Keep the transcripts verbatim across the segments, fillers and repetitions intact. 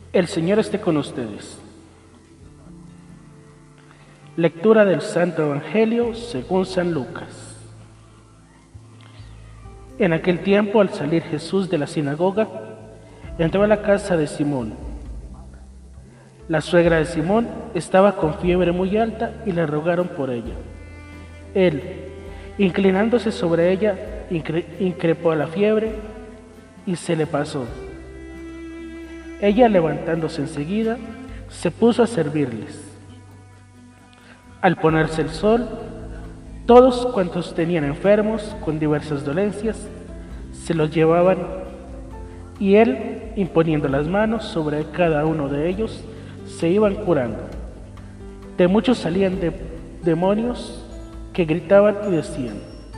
El Señor esté con ustedes. Lectura del Santo Evangelio según San Lucas. En aquel tiempo, al salir Jesús de la sinagoga, entró a la casa de Simón. La suegra de Simón estaba con fiebre muy alta y le rogaron por ella. Él, inclinándose sobre ella, incre- increpó a la fiebre y se le pasó. Ella, levantándose enseguida, se puso a servirles. Al ponerse el sol, todos cuantos tenían enfermos con diversas dolencias se los llevaban, y él, imponiendo las manos sobre cada uno de ellos, se iban curando. De muchos salían de demonios que gritaban y decían: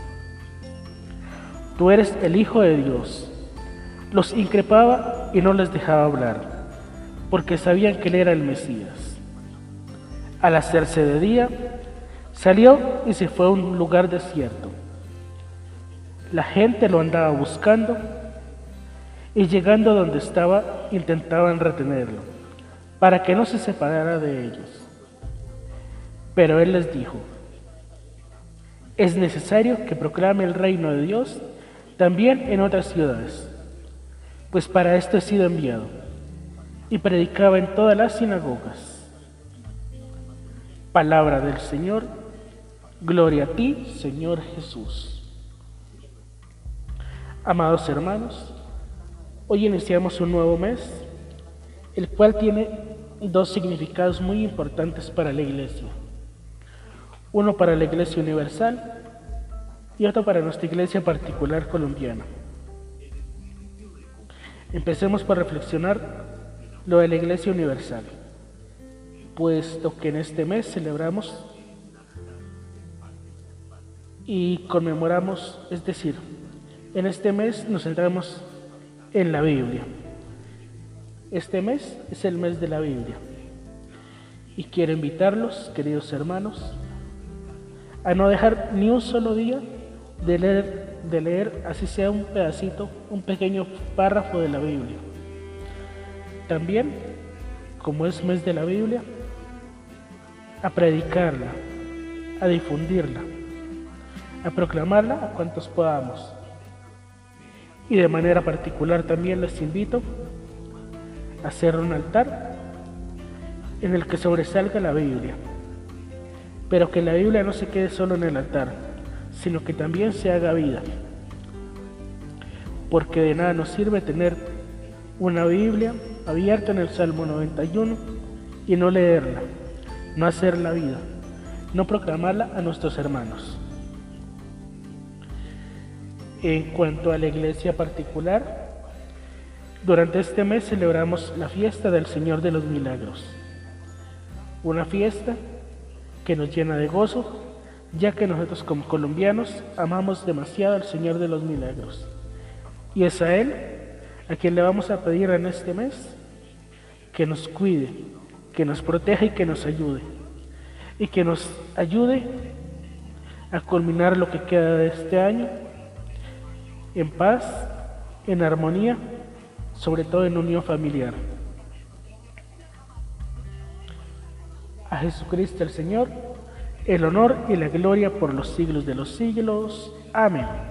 «Tú eres el Hijo de Dios». Los increpaba y no les dejaba hablar, porque sabían que él era el Mesías. Al hacerse de día, salió y se fue a un lugar desierto. La gente lo andaba buscando y, llegando donde estaba, intentaban retenerlo, para que no se separara de ellos. Pero él les dijo: «Es necesario que proclame el reino de Dios también en otras ciudades, pues para esto he sido enviado». Y predicaba en todas las sinagogas. Palabra del Señor. Gloria a ti, Señor Jesús. Amados hermanos, hoy iniciamos un nuevo mes, el cual tiene dos significados muy importantes para la Iglesia. Uno para la Iglesia universal y otro para nuestra Iglesia particular colombiana. Empecemos por reflexionar lo de la Iglesia universal, puesto que en este mes celebramos y conmemoramos, es decir, en este mes nos centramos en la Biblia. Este mes es el mes de la Biblia y quiero invitarlos, queridos hermanos, a no dejar ni un solo día de leer, de leer así sea un pedacito, un pequeño párrafo de la Biblia. También, como es mes de la Biblia, a predicarla, a difundirla, a proclamarla a cuantos podamos. Y de manera particular también les invito a hacer un altar en el que sobresalga la Biblia, pero que la Biblia no se quede solo en el altar, sino que también se haga vida, porque de nada nos sirve tener una Biblia abierta en el Salmo noventa y uno y no leerla, no hacerla vida, no proclamarla a nuestros hermanos. En cuanto a la iglesia particular, durante este mes celebramos la fiesta del Señor de los Milagros, una fiesta que nos llena de gozo, ya que nosotros como colombianos amamos demasiado al Señor de los Milagros, y es a Él a quien le vamos a pedir en este mes que nos cuide, que nos proteja y que nos ayude, y que nos ayude a culminar lo que queda de este año en paz, en armonía, sobre todo en unión familiar. A Jesucristo el Señor, el honor y la gloria por los siglos de los siglos. Amén.